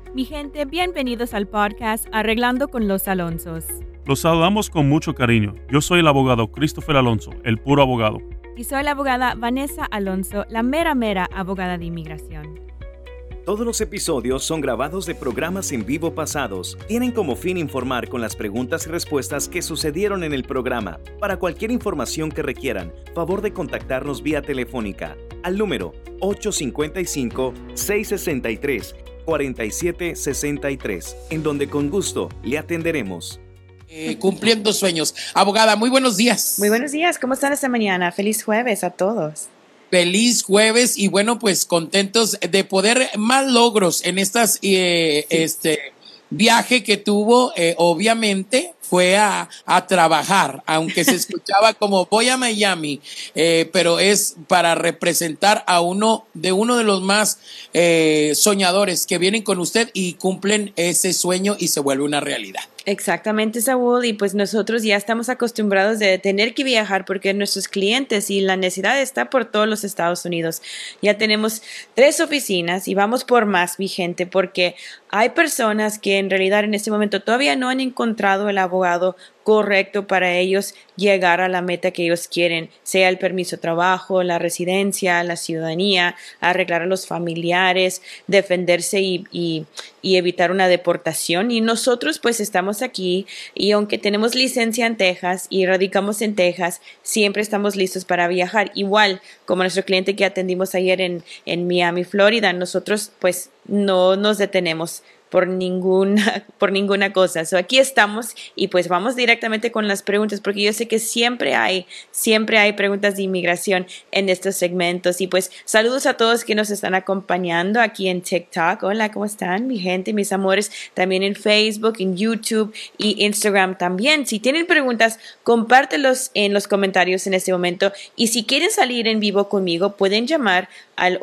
Mi gente, bienvenidos al podcast Arreglando con los Alonsos. Los saludamos con mucho cariño. Yo soy el abogado Christopher Alonso, el puro abogado. Y soy la abogada Vanessa Alonso, la mera abogada de inmigración. Todos los episodios son grabados de programas en vivo pasados. Tienen como fin informar con las preguntas y respuestas que sucedieron en el programa. Para cualquier información que requieran, favor de contactarnos vía telefónica al número 855-663-4763, en donde con gusto le atenderemos. Cumpliendo sueños. Abogada, muy buenos días. Muy buenos días, ¿cómo están esta mañana? Feliz jueves a todos. Feliz jueves y bueno, pues contentos de poder más logros en estas viaje que tuvo, obviamente fue a trabajar, aunque se escuchaba como voy a Miami, pero es para representar a uno de los más soñadores que vienen con usted y cumplen ese sueño y se vuelve una realidad. Exactamente, Saúl, y pues nosotros ya estamos acostumbrados de tener que viajar porque nuestros clientes y la necesidad está por todos los Estados Unidos. Ya tenemos 3 oficinas y vamos por más, mi gente, porque hay personas que en realidad en este momento todavía no han encontrado el abogado correcto para ellos llegar a la meta que ellos quieren, sea el permiso de trabajo, la residencia, la ciudadanía, arreglar a los familiares, defenderse y evitar una deportación. Y nosotros pues estamos aquí y aunque tenemos licencia en Texas y radicamos en Texas, siempre estamos listos para viajar. Igual como nuestro cliente que atendimos ayer en Miami, Florida, nosotros pues no nos detenemos por ninguna cosa. So, aquí estamos y pues vamos directamente con las preguntas porque yo sé que siempre hay preguntas de inmigración en estos segmentos y pues saludos a todos que nos están acompañando aquí en TikTok. Hola, ¿cómo están mi gente, mis amores? También en Facebook, en YouTube y Instagram también. Si tienen preguntas, compártelos en los comentarios en este momento y si quieren salir en vivo conmigo, pueden llamar al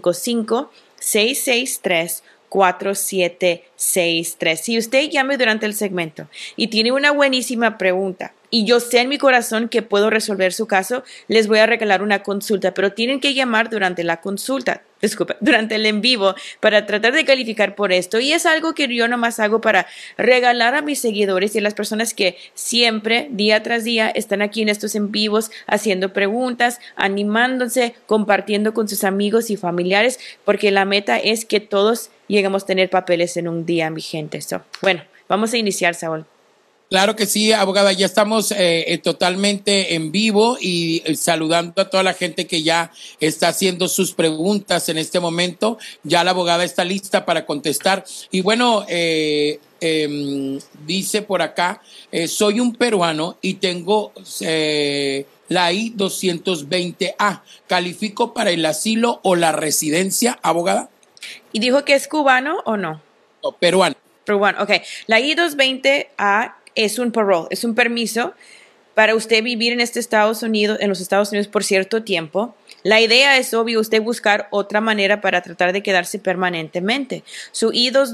855-663-4763. Si usted llame durante el segmento y tiene una buenísima pregunta y yo sé en mi corazón que puedo resolver su caso, les voy a regalar una consulta, pero tienen que llamar durante la consulta, durante el en vivo para tratar de calificar por esto. Y es algo que yo nomás hago para regalar a mis seguidores y a las personas que siempre, día tras día, están aquí en estos en vivos haciendo preguntas, animándose, compartiendo con sus amigos y familiares, porque la meta es que todos lleguemos a tener papeles en un día, mi gente. So, bueno, vamos a iniciar, Saúl. Claro que sí, abogada, ya estamos totalmente en vivo y saludando a toda la gente que ya está haciendo sus preguntas en este momento. Ya la abogada está lista para contestar. Y bueno, dice por acá, soy un peruano y tengo la I-220A. ¿Califico para el asilo o la residencia, abogada? ¿Y dijo que es cubano o no? No, peruano. Peruano, ok. La I-220A es un parole, es un permiso para usted vivir en los Estados Unidos por cierto tiempo. La idea es, obvio, usted buscar otra manera para tratar de quedarse permanentemente. Su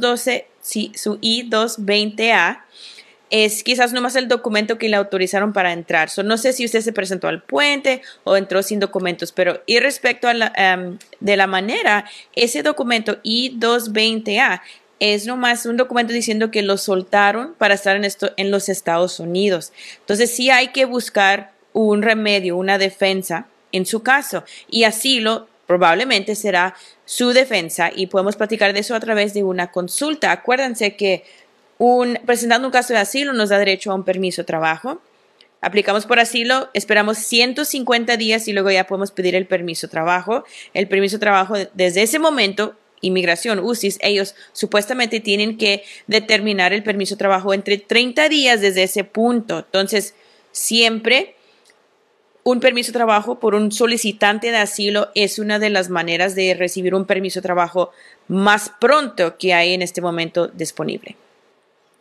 I-220A es quizás nomás el documento que le autorizaron para entrar. No sé si usted se presentó al puente o entró sin documentos, pero y respecto a de la manera, ese documento I-220A es nomás un documento diciendo que lo soltaron para estar en los Estados Unidos. Entonces sí hay que buscar un remedio, una defensa en su caso. Y asilo probablemente será su defensa y podemos platicar de eso a través de una consulta. Acuérdense que presentando un caso de asilo nos da derecho a un permiso de trabajo. Aplicamos por asilo, esperamos 150 días y luego ya podemos pedir el permiso de trabajo. El permiso de trabajo desde ese momento, Inmigración, UCIS, ellos supuestamente tienen que determinar el permiso de trabajo entre 30 días desde ese punto. Entonces, siempre un permiso de trabajo por un solicitante de asilo es una de las maneras de recibir un permiso de trabajo más pronto que hay en este momento disponible.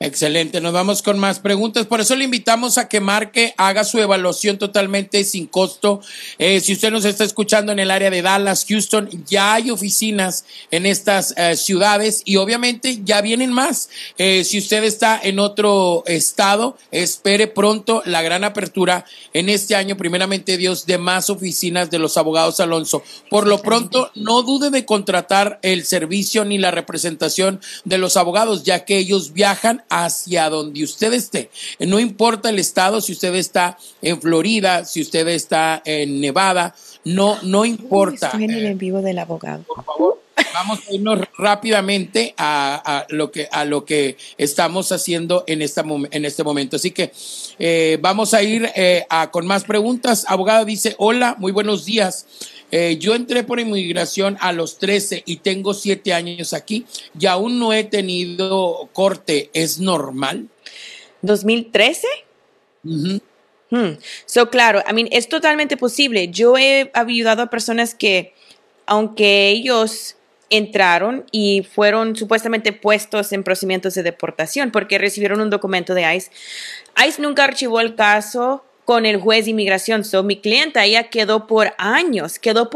Excelente, nos vamos con más preguntas. Por eso le invitamos a que marque, haga su evaluación totalmente sin costo. Si usted nos está escuchando en el área de Dallas, Houston, ya hay oficinas en estas ciudades y obviamente ya vienen más. Si usted está en otro estado, espere pronto la gran apertura en este año, primeramente Dios, de más oficinas de los abogados Alonso. Por lo pronto, no dude de contratar el servicio ni la representación de los abogados, ya que ellos viajan hacia donde usted esté. No importa el estado, si usted está en Florida, si usted está en Nevada, no importa. Estoy en el en vivo del abogado. Por favor, vamos a irnos rápidamente a lo que estamos haciendo en este momento. Así que vamos a ir con más preguntas. Abogada dice, hola, muy buenos días. Yo entré por inmigración a los 13 y tengo 7 años aquí y aún no he tenido corte. ¿Es normal? ¿2013? Uh-huh. So, claro, es totalmente posible. Yo he ayudado a personas que, aunque ellos entraron y fueron supuestamente puestos en procedimientos de deportación porque recibieron un documento de ICE, ICE nunca archivó el caso con el juez de inmigración. So, mi clienta, ella quedó por años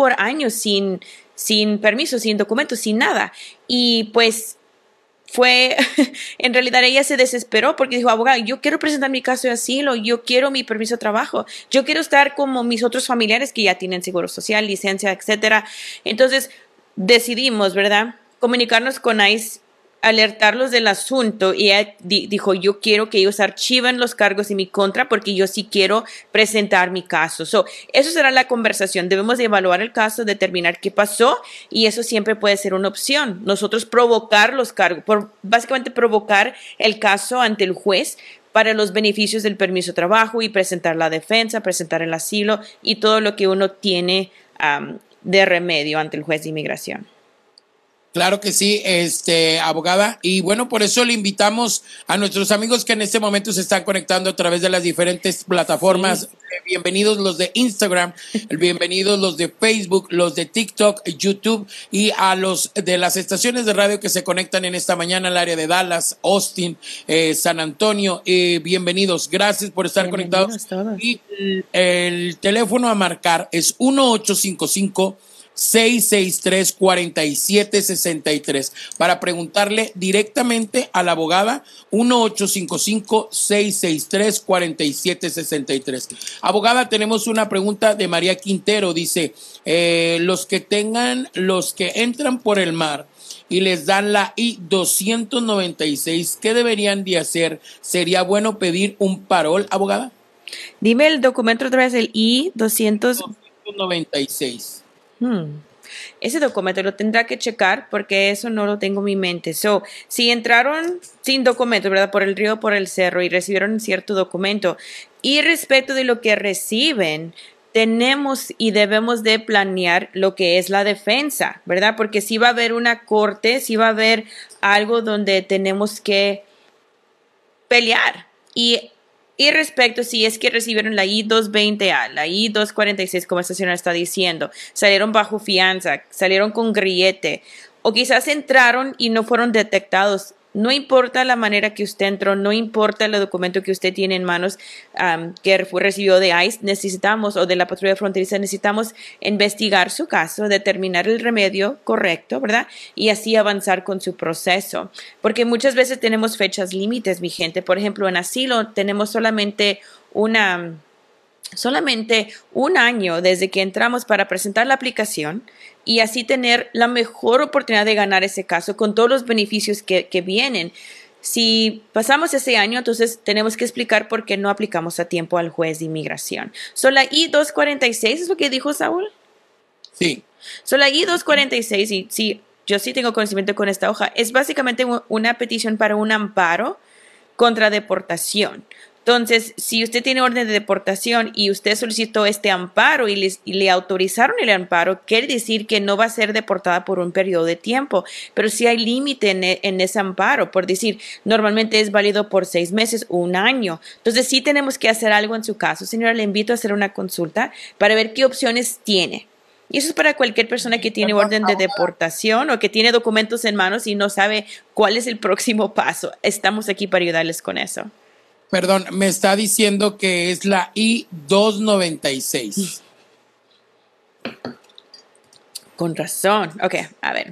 sin permiso, sin documentos, sin nada. Y pues en realidad ella se desesperó porque dijo, abogado, yo quiero presentar mi caso de asilo, yo quiero mi permiso de trabajo, yo quiero estar como mis otros familiares que ya tienen seguro social, licencia, etcétera. Entonces decidimos, ¿verdad?, comunicarnos con ICE, alertarlos del asunto y ella dijo, yo quiero que ellos archiven los cargos en mi contra porque yo sí quiero presentar mi caso. Eso será la conversación. Debemos de evaluar el caso, determinar qué pasó y eso siempre puede ser una opción. Nosotros provocar los cargos, básicamente provocar el caso ante el juez para los beneficios del permiso de trabajo y presentar la defensa, presentar el asilo y todo lo que uno tiene de remedio ante el juez de inmigración. Claro que sí, abogada. Y bueno, por eso le invitamos a nuestros amigos que en este momento se están conectando a través de las diferentes plataformas. Sí. Bienvenidos los de Instagram, bienvenidos los de Facebook, los de TikTok, YouTube y a los de las estaciones de radio que se conectan en esta mañana al área de Dallas, Austin, San Antonio. Bienvenidos, gracias por estar conectados. Todos. Y el teléfono a marcar es 1-855-663-4763 para preguntarle directamente a la abogada. 1-855-663-4763. Abogada, tenemos una pregunta de María Quintero. Dice, los que entran por el mar y les dan la I-296, ¿qué deberían de hacer? ¿Sería bueno pedir un parol, abogada? Dime el documento otra vez, el I-296. Ese documento lo tendrá que checar porque eso no lo tengo en mi mente. Si entraron sin documento, ¿verdad?, por el río o por el cerro y recibieron cierto documento, y respecto de lo que reciben, tenemos y debemos de planear lo que es la defensa, ¿verdad? Porque si va a haber una corte, si va a haber algo donde tenemos que pelear. Y respecto, si es que recibieron la I-220A, la I-246, como esta señora está diciendo, salieron bajo fianza, salieron con grillete, o quizás entraron y no fueron detectados. No importa la manera que usted entró, no importa el documento que usted tiene en manos que recibió de ICE, necesitamos, o de la patrulla fronteriza, necesitamos investigar su caso, determinar el remedio correcto, ¿verdad? Y así avanzar con su proceso. Porque muchas veces tenemos fechas límites, mi gente. Por ejemplo, en asilo tenemos solamente un año desde que entramos para presentar la aplicación y así tener la mejor oportunidad de ganar ese caso con todos los beneficios que vienen. Si pasamos ese año, entonces tenemos que explicar por qué no aplicamos a tiempo al juez de inmigración. La I-246 es lo que dijo Saúl. Sí. La I-246, y sí, yo sí tengo conocimiento con esta hoja, es básicamente una petición para un amparo contra deportación. Entonces, si usted tiene orden de deportación y usted solicitó este amparo y le autorizaron el amparo, quiere decir que no va a ser deportada por un periodo de tiempo, pero sí hay límite en ese amparo. Por decir, normalmente es válido por 6 meses o un año. Entonces, sí tenemos que hacer algo en su caso. Señora, le invito a hacer una consulta para ver qué opciones tiene. Y eso es para cualquier persona que tiene orden de deportación o que tiene documentos en manos y no sabe cuál es el próximo paso. Estamos aquí para ayudarles con eso. Perdón, me está diciendo que es la I-296. Con razón. Ok, a ver.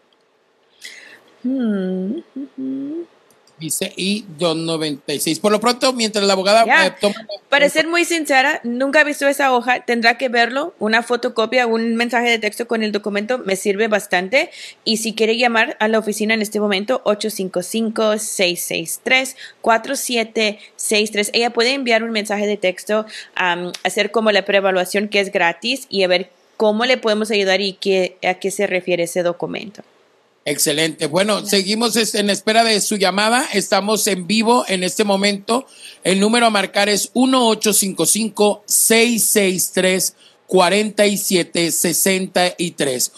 Dice I-296. Por lo pronto, mientras la abogada toma... Para ser muy sincera, nunca he visto esa hoja. Tendrá que verlo. Una fotocopia, un mensaje de texto con el documento me sirve bastante. Y si quiere llamar a la oficina en este momento, 855-663-4763. Ella puede enviar un mensaje de texto, hacer como la preevaluación, que es gratis, y a ver cómo le podemos ayudar y a qué se refiere ese documento. Excelente. Bueno, seguimos en espera de su llamada. Estamos en vivo en este momento. El número a marcar es 1-855-663-4763.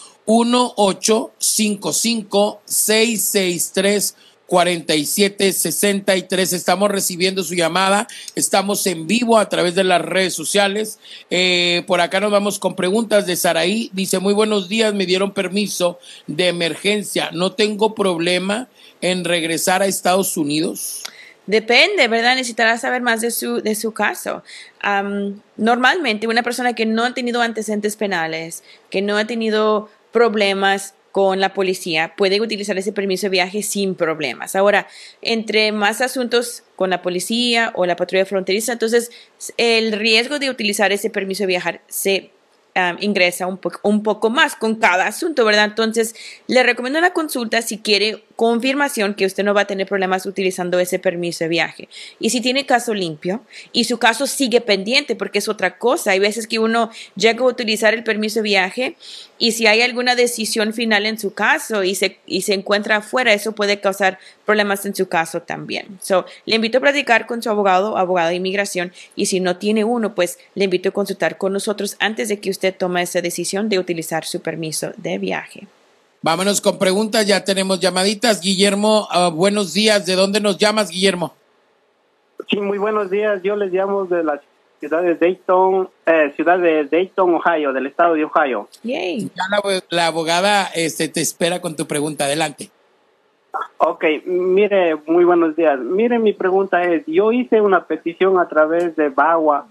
1-855-663-4763. Estamos recibiendo su llamada. Estamos en vivo a través de las redes sociales. Por acá nos vamos con preguntas de Saraí. Dice, muy buenos días, me dieron permiso de emergencia. ¿No tengo problema en regresar a Estados Unidos? Depende, ¿verdad? Necesitará saber más de su caso. Normalmente, una persona que no ha tenido antecedentes penales, que no ha tenido problemas con la policía, puede utilizar ese permiso de viaje sin problemas. Ahora, entre más asuntos con la policía o la patrulla fronteriza, entonces el riesgo de utilizar ese permiso de viajar se ingresa un poco más con cada asunto, ¿verdad? Entonces, le recomiendo una consulta si quiere confirmación que usted no va a tener problemas utilizando ese permiso de viaje. Y si tiene caso limpio y su caso sigue pendiente, porque es otra cosa. Hay veces que uno llega a utilizar el permiso de viaje y si hay alguna decisión final en su caso y se encuentra afuera, eso puede causar problemas en su caso también. Le invito a platicar con su abogado de inmigración, y si no tiene uno, pues le invito a consultar con nosotros antes de que usted tome esa decisión de utilizar su permiso de viaje. Vámonos con preguntas, ya tenemos llamaditas. Guillermo, buenos días. ¿De dónde nos llamas, Guillermo? Sí, muy buenos días. Yo les llamo de la ciudad de Dayton, Ohio, del estado de Ohio. Yay. Ya la abogada te espera con tu pregunta. Adelante. Ok, mire, muy buenos días. Mire, mi pregunta es, yo hice una petición a través de VAWA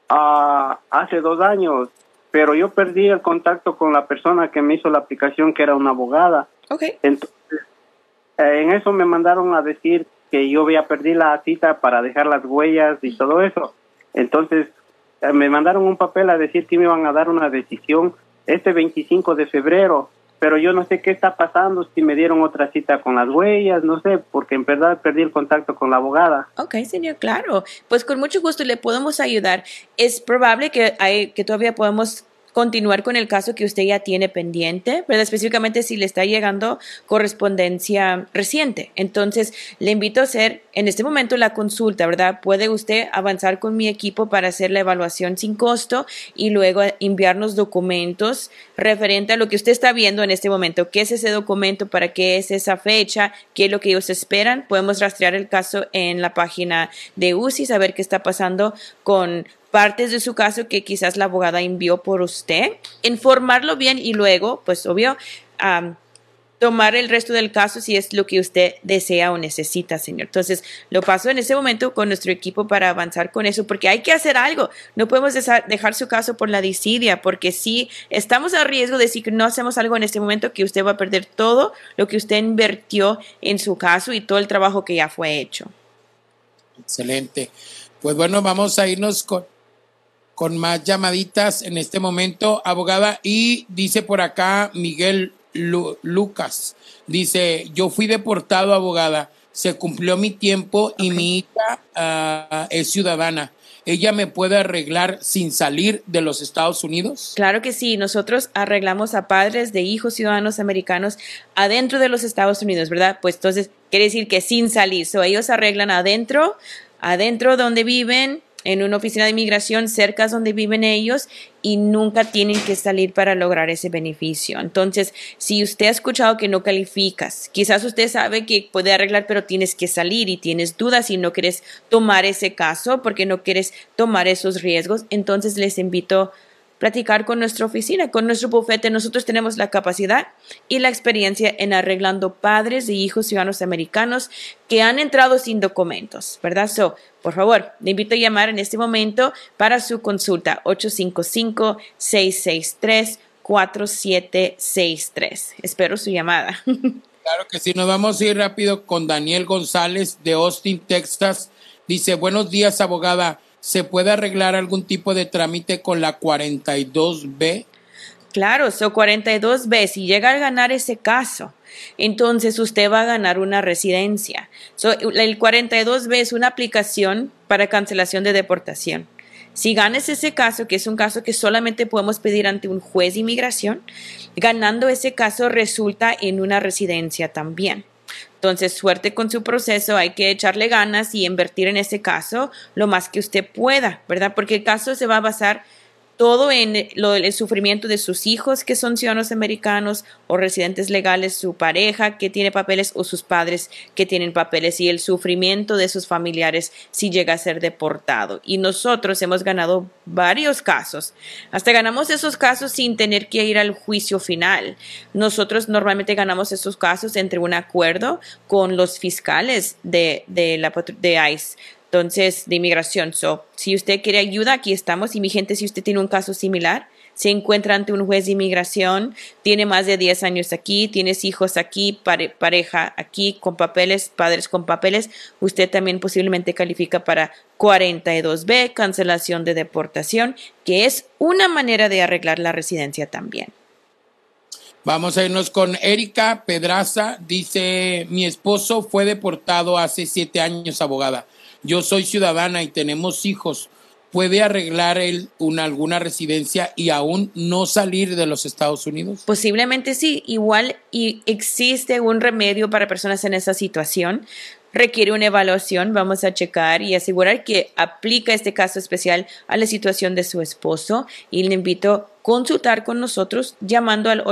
hace 2 años, pero yo perdí el contacto con la persona que me hizo la aplicación, que era una abogada. Okay. Entonces, en eso me mandaron a decir que yo había perdido la cita para dejar las huellas y todo eso. Entonces, me mandaron un papel a decir que me iban a dar una decisión este 25 de febrero, pero yo no sé qué está pasando, si me dieron otra cita con las huellas, no sé, porque en verdad perdí el contacto con la abogada. Ok, señor, claro. Pues con mucho gusto le podemos ayudar. Es probable que todavía podamos continuar con el caso que usted ya tiene pendiente, ¿verdad? Específicamente si le está llegando correspondencia reciente. Entonces, le invito a hacer en este momento la consulta, ¿verdad? Puede usted avanzar con mi equipo para hacer la evaluación sin costo y luego enviarnos documentos referente a lo que usted está viendo en este momento. ¿Qué es ese documento? ¿Para qué es esa fecha? ¿Qué es lo que ellos esperan? Podemos rastrear el caso en la página de UCI, saber qué está pasando con partes de su caso que quizás la abogada envió por usted, informarlo bien y luego, pues obvio, tomar el resto del caso si es lo que usted desea o necesita, señor. Entonces, lo paso en ese momento con nuestro equipo para avanzar con eso, porque hay que hacer algo. No podemos dejar su caso por la desidia, porque si estamos a riesgo de si no hacemos algo en este momento, que usted va a perder todo lo que usted invirtió en su caso y todo el trabajo que ya fue hecho. Excelente. Pues bueno, vamos a irnos con más llamaditas en este momento, abogada. Y dice por acá Miguel Lucas, dice, yo fui deportado, abogada, se cumplió mi tiempo y mi hija es ciudadana. ¿Ella me puede arreglar sin salir de los Estados Unidos? Claro que sí, nosotros arreglamos a padres de hijos ciudadanos americanos adentro de los Estados Unidos, ¿verdad? Pues entonces quiere decir que sin salir, ellos arreglan adentro donde viven, en una oficina de inmigración cerca donde viven ellos, y nunca tienen que salir para lograr ese beneficio. Entonces, si usted ha escuchado que no calificas, quizás usted sabe que puede arreglar, pero tienes que salir y tienes dudas y no quieres tomar ese caso porque no quieres tomar esos riesgos, entonces les invito platicar con nuestra oficina, con nuestro bufete. Nosotros tenemos la capacidad y la experiencia en arreglando padres e hijos ciudadanos americanos que han entrado sin documentos, ¿verdad? Por favor, le invito a llamar en este momento para su consulta, 855-663-4763. Espero su llamada. Claro que sí, nos vamos a ir rápido con Daniel González de Austin, Texas. Dice, buenos días, abogada. ¿Se puede arreglar algún tipo de trámite con la 42B? Claro, 42B, si llega a ganar ese caso, entonces usted va a ganar una residencia. El 42B es una aplicación para cancelación de deportación. Si ganas ese caso, que es un caso que solamente podemos pedir ante un juez de inmigración, ganando ese caso resulta en una residencia también. Entonces, suerte con su proceso, hay que echarle ganas y invertir en ese caso lo más que usted pueda, ¿verdad? Porque el caso se va a basar todo en el sufrimiento de sus hijos que son ciudadanos americanos o residentes legales, su pareja que tiene papeles o sus padres que tienen papeles y el sufrimiento de sus familiares si llega a ser deportado. Y nosotros hemos ganado varios casos. Hasta ganamos esos casos sin tener que ir al juicio final. Nosotros normalmente ganamos esos casos entre un acuerdo con los fiscales de ICE. Entonces, de inmigración. Si usted quiere ayuda, aquí estamos. Y mi gente, si usted tiene un caso similar, se encuentra ante un juez de inmigración, tiene más de 10 años aquí, tienes hijos aquí, pareja aquí con papeles, padres con papeles, usted también posiblemente califica para 42B, cancelación de deportación, que es una manera de arreglar la residencia también. Vamos a irnos con Erika Pedraza. Dice, mi esposo fue deportado hace 7 años, abogada. Yo soy ciudadana y tenemos hijos. ¿Puede arreglar él alguna residencia y aún no salir de los Estados Unidos? Posiblemente sí. Igual y existe un remedio para personas en esa situación. Requiere una evaluación. Vamos a checar y asegurar que aplica este caso especial a la situación de su esposo. Y le invito a consultar con nosotros llamando al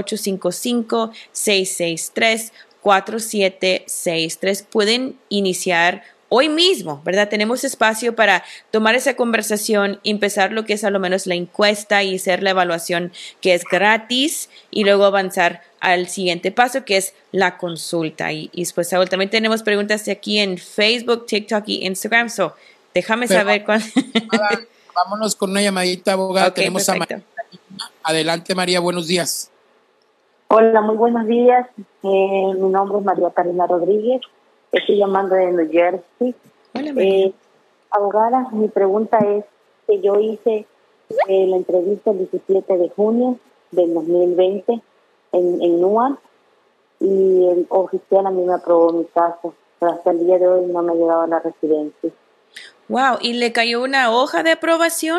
855-663-4763. Pueden iniciar hoy mismo, ¿verdad? Tenemos espacio para tomar esa conversación, empezar lo que es a lo menos la encuesta y hacer la evaluación que es gratis y luego avanzar al siguiente paso que es la consulta. Y pues Saúl, también tenemos preguntas aquí en Facebook, TikTok y Instagram. Déjame saber cuándo. Vámonos con una llamadita, abogada. Okay, tenemos perfecto. a María. Adelante, María, buenos días. Hola, muy buenos días. Mi nombre es María Karina Rodríguez. Estoy llamando de New Jersey. Hola, María. Abogada, mi pregunta es que yo hice la entrevista el 17 de junio del 2020 en Newark y el oficial a mí me aprobó mi caso, pero hasta el día de hoy no me ha llegado a la residencia. Wow, ¿y le cayó una hoja de aprobación?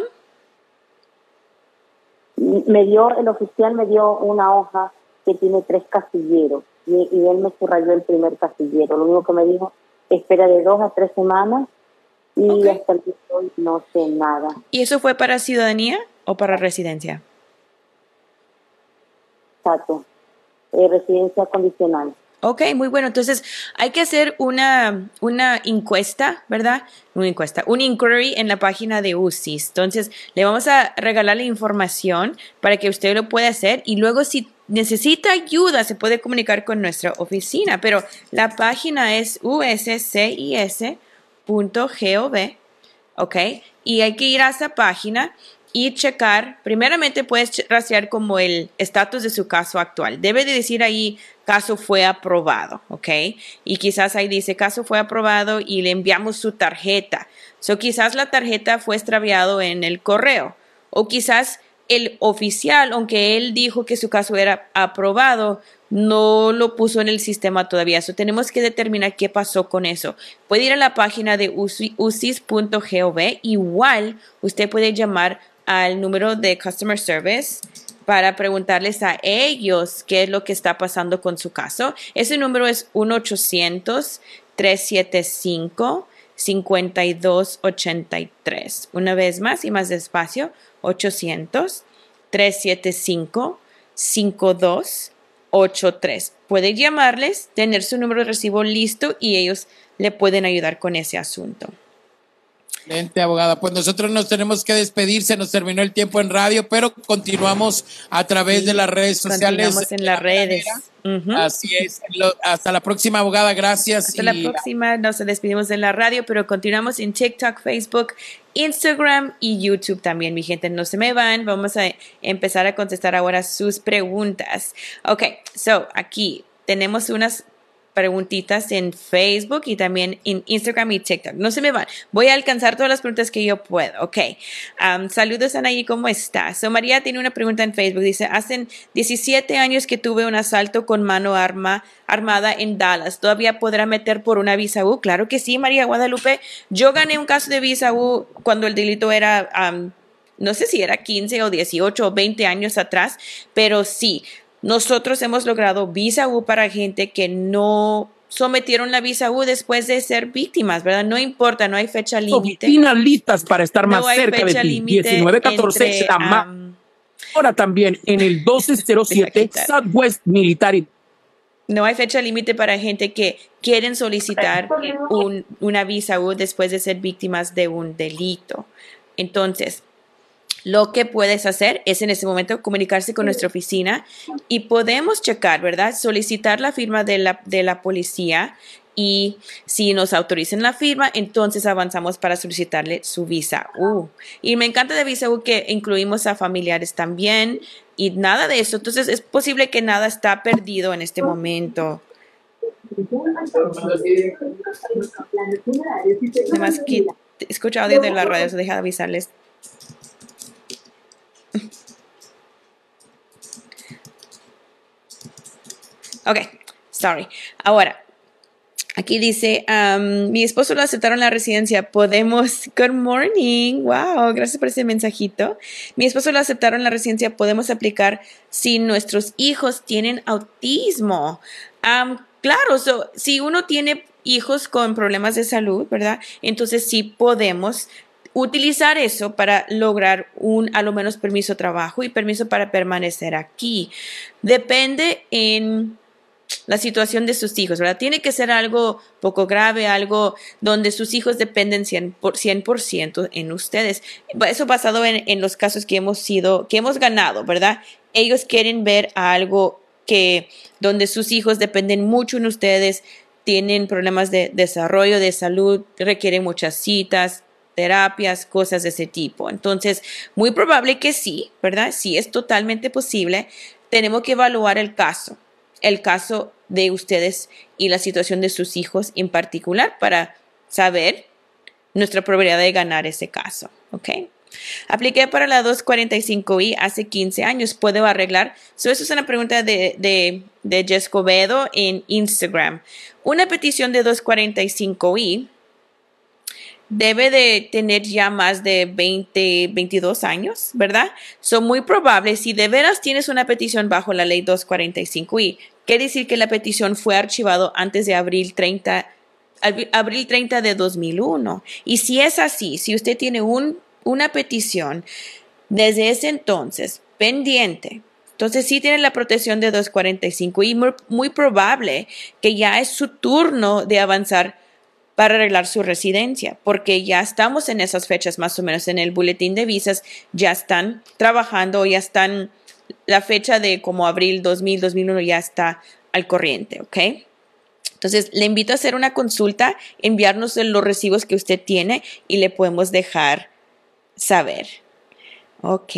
El oficial me dio una hoja que tiene 3 casilleros. Y él me subrayó el primer casillero. Lo único que me dijo, espera de 2 a 3 semanas y hasta el día de hoy no sé nada. ¿Y eso fue para ciudadanía o para residencia? Exacto. Residencia condicional. Ok, muy bueno. Entonces, hay que hacer una encuesta, ¿verdad? Un inquiry en la página de UCIS. Entonces, le vamos a regalar la información para que usted lo pueda hacer y luego si necesita ayuda, se puede comunicar con nuestra oficina, pero la página es uscis.gov, ¿ok? Y hay que ir a esa página y checar, primeramente puedes rastrear como el estatus de su caso actual. Debe de decir ahí, caso fue aprobado, ¿ok? Y quizás ahí dice, caso fue aprobado y le enviamos su tarjeta. Quizás la tarjeta fue extraviado en el correo o quizás el oficial, aunque él dijo que su caso era aprobado, no lo puso en el sistema todavía. Tenemos que determinar qué pasó con eso. Puede ir a la página de ucis.gov. Igual, usted puede llamar al número de Customer Service para preguntarles a ellos qué es lo que está pasando con su caso. Ese número es 1-800-375-5283. Una vez más y más despacio, 800-375-5283. Puede llamarles, tener su número de recibo listo y ellos le pueden ayudar con ese asunto. Excelente, abogada. Pues nosotros nos tenemos que despedir, se nos terminó el tiempo en radio, pero continuamos a través de las redes sociales. Continuamos en las redes. Así es. Hasta la próxima, abogada. Gracias. Hasta la próxima. Nos despedimos de la radio, pero continuamos en TikTok, Facebook, Instagram y YouTube también, mi gente. No se me van. Vamos a empezar a contestar ahora sus preguntas. Ok, so aquí tenemos unas preguntitas en Facebook y también en Instagram y TikTok. No se me van. Voy a alcanzar todas las preguntas que yo puedo. Ok. Saludos, Anaí. ¿Cómo estás? So, María tiene una pregunta en Facebook. Dice, hace 17 años que tuve un asalto con mano armada en Dallas. ¿Todavía podrá meter por una visa U? Claro que sí, María Guadalupe. Yo gané un caso de visa U cuando el delito era, no sé si era 15 o 18 o 20 años atrás, pero sí. Nosotros hemos logrado visa U para gente que no sometieron la visa U después de ser víctimas, ¿verdad? No importa, no hay fecha límite. Oficinas listas para estar más cerca de ti. 1914 ahora también en el 1207 Southwest Military. No hay fecha límite para gente que quieren solicitar una visa U después de ser víctimas de un delito. Entonces, lo que puedes hacer es en ese momento comunicarse con nuestra oficina y podemos checar, ¿verdad? Solicitar la firma de la policía y si nos autorizan la firma, entonces avanzamos para solicitarle su visa U. Y me encanta de visa U que incluimos a familiares también y nada de eso. Entonces es posible que nada está perdido en este momento. Además que escucho audio de la radio, so deja de avisarles. Ok, sorry. Ahora, aquí dice, mi esposo lo aceptaron en la residencia. Podemos, good morning. Wow, gracias por ese mensajito. Mi esposo lo aceptaron en la residencia. Podemos aplicar si nuestros hijos tienen autismo. Claro, si uno tiene hijos con problemas de salud, ¿verdad? Entonces sí podemos utilizar eso para lograr a lo menos permiso de trabajo y permiso para permanecer aquí. Depende en la situación de sus hijos, ¿verdad? Tiene que ser algo poco grave, algo donde sus hijos dependen 100% en ustedes. Eso basado en los casos que hemos ganado, ¿verdad? Ellos quieren ver algo donde sus hijos dependen mucho en ustedes, tienen problemas de desarrollo, de salud, requieren muchas citas, terapias, cosas de ese tipo. Entonces, muy probable que sí, ¿verdad? Sí, es totalmente posible. Tenemos que evaluar el caso de ustedes y la situación de sus hijos en particular para saber nuestra probabilidad de ganar ese caso, ¿ok? Apliqué para la 245I hace 15 años. ¿Puedo arreglar? Eso es una pregunta de Jess Cobedo en Instagram. Una petición de 245I debe de tener ya más de 22 años, ¿verdad? Son muy probables. Si de veras tienes una petición bajo la ley 245I, quiere decir que la petición fue archivado antes de abril 30 de 2001. Y si es así, si usted tiene una petición desde ese entonces pendiente, entonces sí tiene la protección de 245 y muy probable que ya es su turno de avanzar para arreglar su residencia, porque ya estamos en esas fechas más o menos en el boletín de visas, ya están trabajando, ya están, la fecha de como abril 2001 ya está al corriente, ¿ok? Entonces, le invito a hacer una consulta, enviarnos los recibos que usted tiene y le podemos dejar saber. Ok.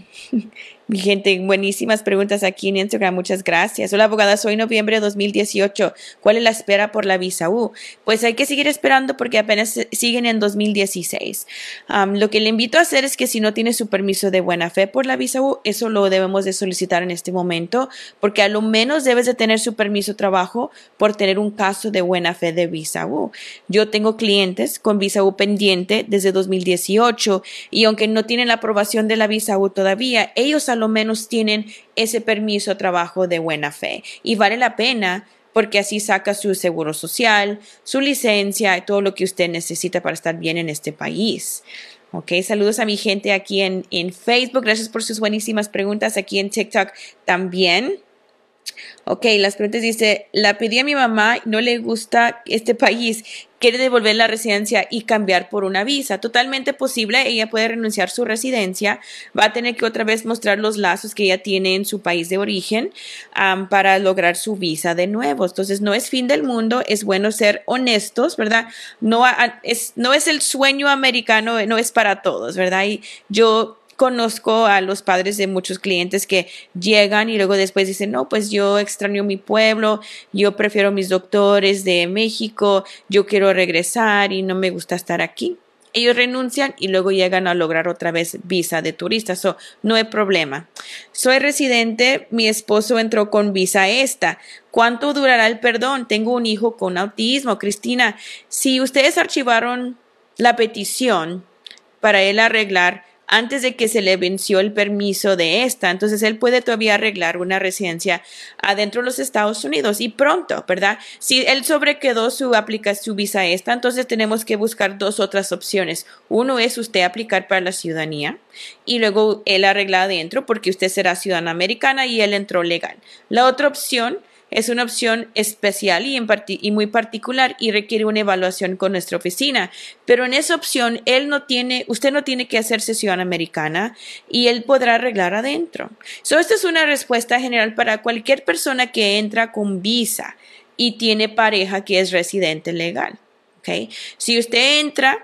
Mi gente, buenísimas preguntas aquí en Instagram. Muchas gracias. Hola, abogada. Soy noviembre de 2018. ¿Cuál es la espera por la visa U? Pues hay que seguir esperando porque apenas siguen en 2016. Lo que le invito a hacer es que si no tiene su permiso de buena fe por la visa U, eso lo debemos de solicitar en este momento porque a lo menos debes de tener su permiso de trabajo por tener un caso de buena fe de visa U. Yo tengo clientes con visa U pendiente desde 2018 y aunque no tienen la aprobación de la visa U todavía, ellos a lo menos tienen ese permiso de trabajo de buena fe y vale la pena porque así saca su seguro social, su licencia y todo lo que usted necesita para estar bien en este país. Ok, saludos a mi gente aquí en Facebook. Gracias por sus buenísimas preguntas aquí en TikTok también. Ok, las preguntas dice, la pedí a mi mamá, no le gusta este país, quiere devolver la residencia y cambiar por una visa. Totalmente posible, ella puede renunciar a su residencia, va a tener que otra vez mostrar los lazos que ella tiene en su país de origen para lograr su visa de nuevo. Entonces, no es fin del mundo, es bueno ser honestos, ¿verdad? No es el sueño americano, no es para todos, ¿verdad? Y yo conozco a los padres de muchos clientes que llegan y luego después dicen, no, pues yo extraño mi pueblo, yo prefiero mis doctores de México, yo quiero regresar y no me gusta estar aquí. Ellos renuncian y luego llegan a lograr otra vez visa de turista. No hay problema. Soy residente, mi esposo entró con visa esta. ¿Cuánto durará el perdón? Tengo un hijo con autismo. Cristina, si ustedes archivaron la petición para él arreglar antes de que se le venció el permiso de esta, entonces él puede todavía arreglar una residencia adentro de los Estados Unidos y pronto, ¿verdad? Si él sobrequedó su visa esta, entonces tenemos que buscar dos otras opciones. Uno es usted aplicar para la ciudadanía y luego él arregla adentro porque usted será ciudadana americana y él entró legal. La otra opción es una opción especial y muy particular y requiere una evaluación con nuestra oficina. Pero en esa opción, usted no tiene que hacerse ciudadana americana y él podrá arreglar adentro. Esta es una respuesta general para cualquier persona que entra con visa y tiene pareja que es residente legal. ¿Okay? Si usted entra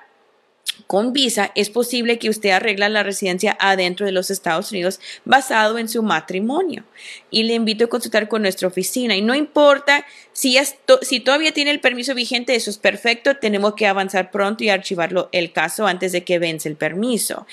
con visa, es posible que usted arregle la residencia adentro de los Estados Unidos basado en su matrimonio. Y le invito a consultar con nuestra oficina. Y no importa si todavía tiene el permiso vigente, eso es perfecto. Tenemos que avanzar pronto y archivarlo el caso antes de que vence el permiso.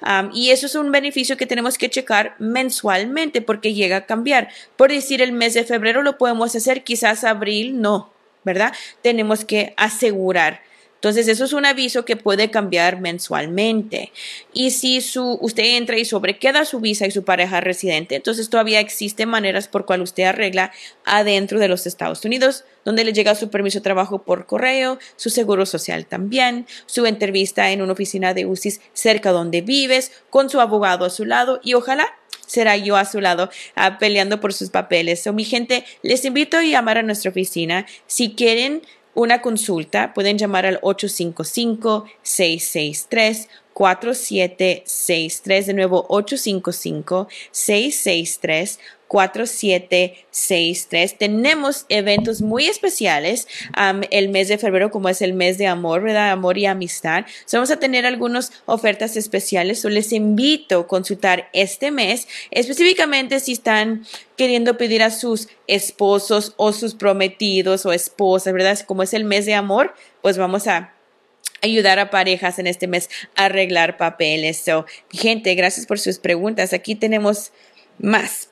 Y eso es un beneficio que tenemos que checar mensualmente porque llega a cambiar. Por decir, el mes de febrero lo podemos hacer, quizás abril no, ¿verdad? Tenemos que asegurar. Entonces, eso es un aviso que puede cambiar mensualmente. Y si usted entra y sobrequeda su visa y su pareja residente, entonces todavía existen maneras por cual usted arregla adentro de los Estados Unidos, donde le llega su permiso de trabajo por correo, su seguro social también, su entrevista en una oficina de UCIS cerca donde vives, con su abogado a su lado y ojalá será yo a su lado peleando por sus papeles. Mi gente, les invito a llamar a nuestra oficina si quieren una consulta. Pueden llamar al 855-663-4763. De nuevo, 855-663-4763. Tenemos eventos muy especiales el mes de febrero, como es el mes de amor, ¿verdad? Amor y amistad. Vamos a tener algunas ofertas especiales. Les invito a consultar este mes, específicamente si están queriendo pedir a sus esposos o sus prometidos o esposas, ¿verdad? Como es el mes de amor, pues vamos a ayudar a parejas en este mes a arreglar papeles. Gente, gracias por sus preguntas. Aquí tenemos más.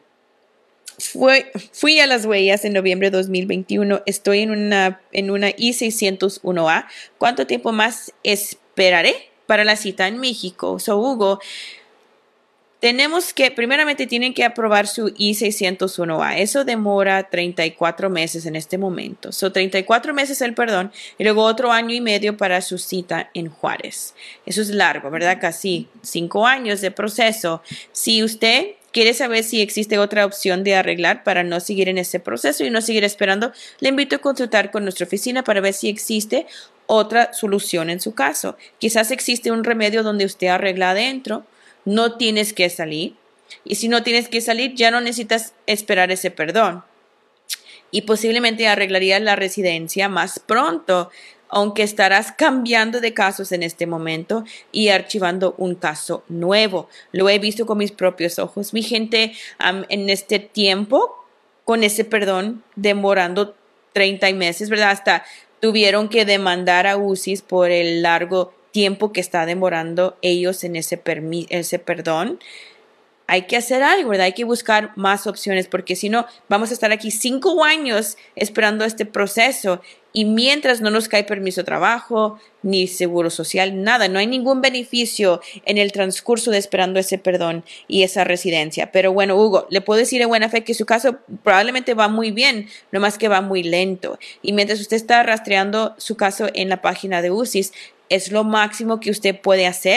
Fui a Las Huellas en noviembre de 2021. Estoy en una I-601A. ¿Cuánto tiempo más esperaré para la cita en México? Hugo, primeramente tienen que aprobar su I-601A. Eso demora 34 meses en este momento. 34 meses el perdón y luego otro año y medio para su cita en Juárez. Eso es largo, ¿verdad? Casi 5 años de proceso. Si usted quiere saber si existe otra opción de arreglar para no seguir en ese proceso y no seguir esperando, le invito a consultar con nuestra oficina para ver si existe otra solución en su caso. Quizás existe un remedio donde usted arregla adentro. No tienes que salir. Y si no tienes que salir, ya no necesitas esperar ese perdón. Y posiblemente arreglarías la residencia más pronto, aunque estarás cambiando de casos en este momento y archivando un caso nuevo. Lo he visto con mis propios ojos. Mi gente, en este tiempo, con ese perdón, demorando 30 meses, ¿verdad? Hasta tuvieron que demandar a UCIS por el largo tiempo que está demorando ellos en ese perdón. Hay que hacer algo, ¿verdad? Hay que buscar más opciones porque si no, vamos a estar aquí 5 años esperando este proceso y mientras no nos cae permiso de trabajo, ni seguro social, nada. No hay ningún beneficio en el transcurso de esperando ese perdón y esa residencia. Pero bueno, Hugo, le puedo decir en buena fe que su caso probablemente va muy bien, nomás que va muy lento. Y mientras usted está rastreando su caso en la página de UCIS, es lo máximo que usted puede hacer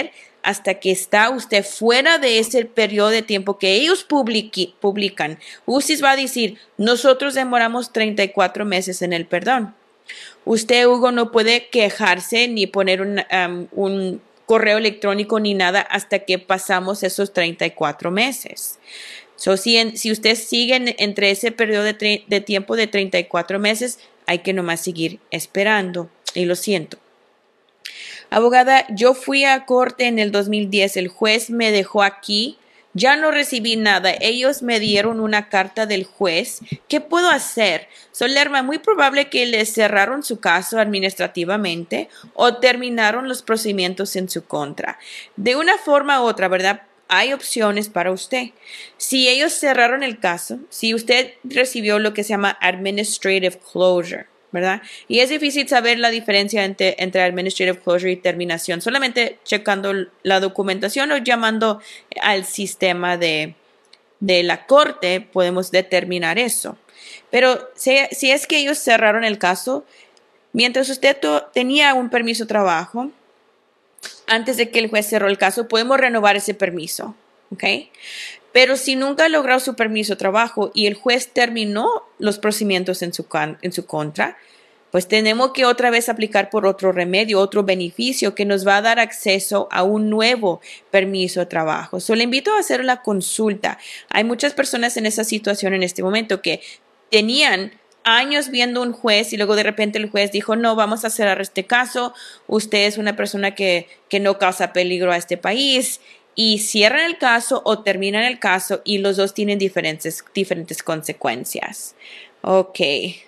hasta que está usted fuera de ese periodo de tiempo que ellos publican. UCIS va a decir, nosotros demoramos 34 meses en el perdón. Usted, Hugo, no puede quejarse ni poner un correo electrónico ni nada hasta que pasamos esos 34 meses. Si usted sigue entre ese periodo de tiempo de 34 meses, hay que nomás seguir esperando. Y lo siento. Abogada, yo fui a corte en el 2010. El juez me dejó aquí. Ya no recibí nada. Ellos me dieron una carta del juez. ¿Qué puedo hacer? Lerma, muy probable que les cerraron su caso administrativamente o terminaron los procedimientos en su contra. De una forma u otra, ¿verdad? Hay opciones para usted. Si ellos cerraron el caso, si usted recibió lo que se llama administrative closure, ¿verdad? Y es difícil saber la diferencia entre administrative closure y terminación, solamente checando la documentación o llamando al sistema de la corte podemos determinar eso. Pero si es que ellos cerraron el caso, mientras usted tenía un permiso de trabajo, antes de que el juez cerró el caso, podemos renovar ese permiso, ¿ok? Pero si nunca logró su permiso de trabajo y el juez terminó los procedimientos en su contra, pues tenemos que otra vez aplicar por otro remedio, otro beneficio que nos va a dar acceso a un nuevo permiso de trabajo. Le invito a hacer la consulta. Hay muchas personas en esa situación en este momento que tenían años viendo un juez y luego de repente el juez dijo, no, vamos a cerrar este caso, usted es una persona que no causa peligro a este país, y cierran el caso o terminan el caso y los dos tienen diferentes consecuencias. Ok.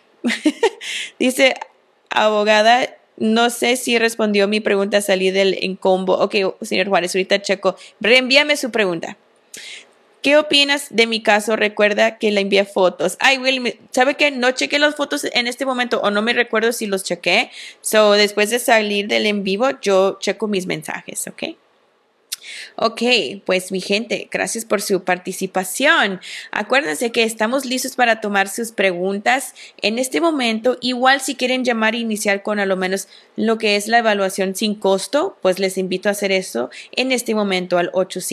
Dice, abogada, no sé si respondió mi pregunta, salí del encombo. Ok, señor Juárez, ahorita checo. Reenvíame su pregunta. ¿Qué opinas de mi caso? Recuerda que le envié fotos. Ay, Will, ¿sabe qué? No chequé las fotos en este momento o no me recuerdo si los chequé. Después de salir del en vivo, yo checo mis mensajes, ¿ok? Ok, pues mi gente, gracias por su participación. Acuérdense que estamos listos para tomar sus preguntas en este momento. Igual si quieren llamar e iniciar con a lo menos lo que es la evaluación sin costo, pues les invito a hacer eso en este momento al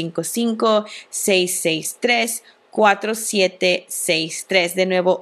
855-663-4763. De nuevo,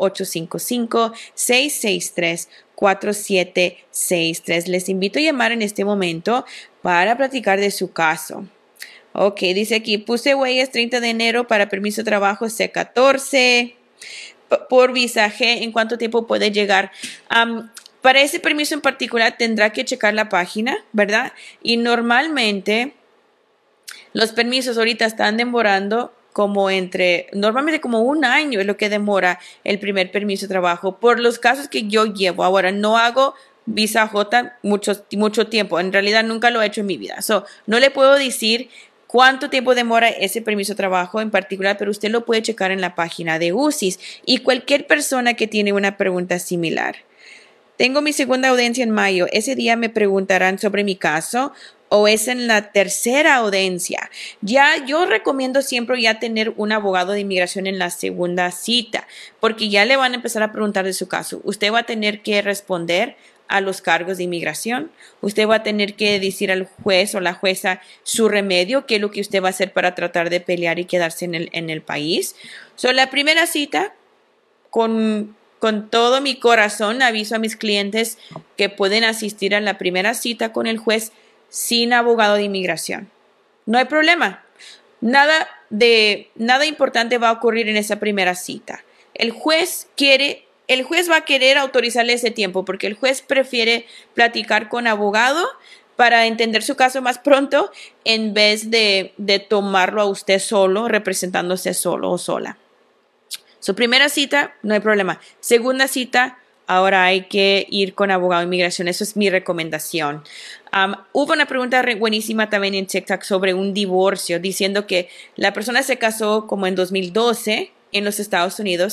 855-663-4763. Les invito a llamar en este momento para platicar de su caso. Ok, dice aquí, puse huellas 30 de enero para permiso de trabajo C14 por visa G. ¿En cuánto tiempo puede llegar? Para ese permiso en particular tendrá que checar la página, ¿verdad? Y normalmente los permisos ahorita están demorando normalmente como un año es lo que demora el primer permiso de trabajo. Por los casos que yo llevo ahora, no hago visa J mucho tiempo. En realidad nunca lo he hecho en mi vida. No le puedo decir cuánto tiempo demora ese permiso de trabajo en particular, pero usted lo puede checar en la página de UCIS y cualquier persona que tiene una pregunta similar. Tengo mi segunda audiencia en mayo. Ese día me preguntarán sobre mi caso o es en la tercera audiencia. Yo recomiendo siempre ya tener un abogado de inmigración en la segunda cita, porque ya le van a empezar a preguntar de su caso. Usted va a tener que responder a los cargos de inmigración. Usted va a tener que decir al juez o la jueza su remedio, qué es lo que usted va a hacer para tratar de pelear y quedarse en el país. La primera cita, con todo mi corazón, aviso a mis clientes que pueden asistir a la primera cita con el juez sin abogado de inmigración. No hay problema. Nada importante va a ocurrir en esa primera cita. El juez va a querer autorizarle ese tiempo porque el juez prefiere platicar con abogado para entender su caso más pronto en vez de tomarlo a usted solo, representándose solo o sola. Su primera cita, no hay problema. Segunda cita, ahora hay que ir con abogado de inmigración. Eso es mi recomendación. Hubo una pregunta buenísima también en TikTok sobre un divorcio, diciendo que la persona se casó como en 2012 en los Estados Unidos.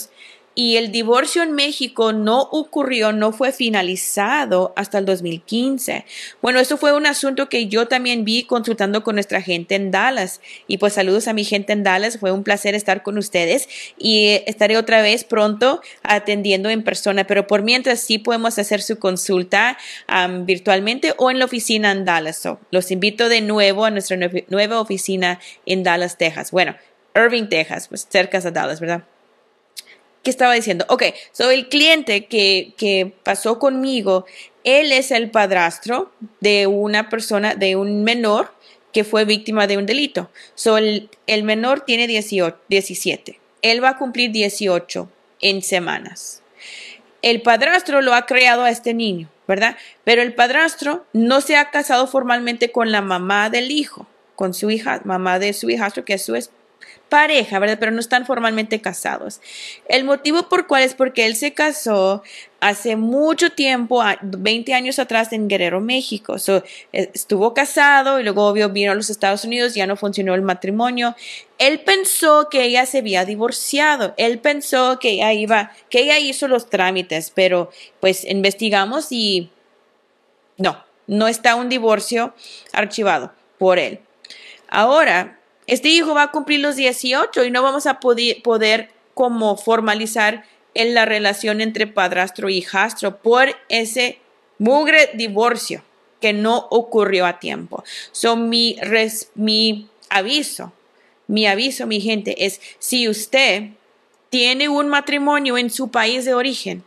y el divorcio en México no ocurrió, no fue finalizado hasta el 2015. Bueno, eso fue un asunto que yo también vi consultando con nuestra gente en Dallas. Y pues saludos a mi gente en Dallas, fue un placer estar con ustedes y estaré otra vez pronto atendiendo en persona, pero por mientras sí podemos hacer su consulta virtualmente o en la oficina en Dallas. So, los invito de nuevo a nuestra nueva oficina en Dallas, Texas. Bueno, Irving, Texas, pues cerca de Dallas, ¿verdad? ¿Qué estaba diciendo? Ok, so el cliente que pasó conmigo, él es el padrastro de una persona, de un menor que fue víctima de un delito. So el menor tiene 17. Él va a cumplir 18 en semanas. El padrastro lo ha creado a este niño, ¿verdad? Pero el padrastro no se ha casado formalmente con la mamá del hijo, con su hija, mamá de su hijastro, que es su pareja, ¿verdad? Pero no están formalmente casados. El motivo por cuál es porque él se casó hace mucho tiempo, 20 años atrás en Guerrero, México. So, estuvo casado y luego obvio vino a los Estados Unidos, ya no funcionó el matrimonio. Él pensó que ella se había divorciado. Él pensó que ella hizo los trámites, pero pues investigamos y no está un divorcio archivado por él. Ahora, este hijo va a cumplir los 18 y no vamos a poder como formalizar en la relación entre padrastro y hijastro por ese mugre divorcio que no ocurrió a tiempo. So, mi aviso, mi gente, es si usted tiene un matrimonio en su país de origen,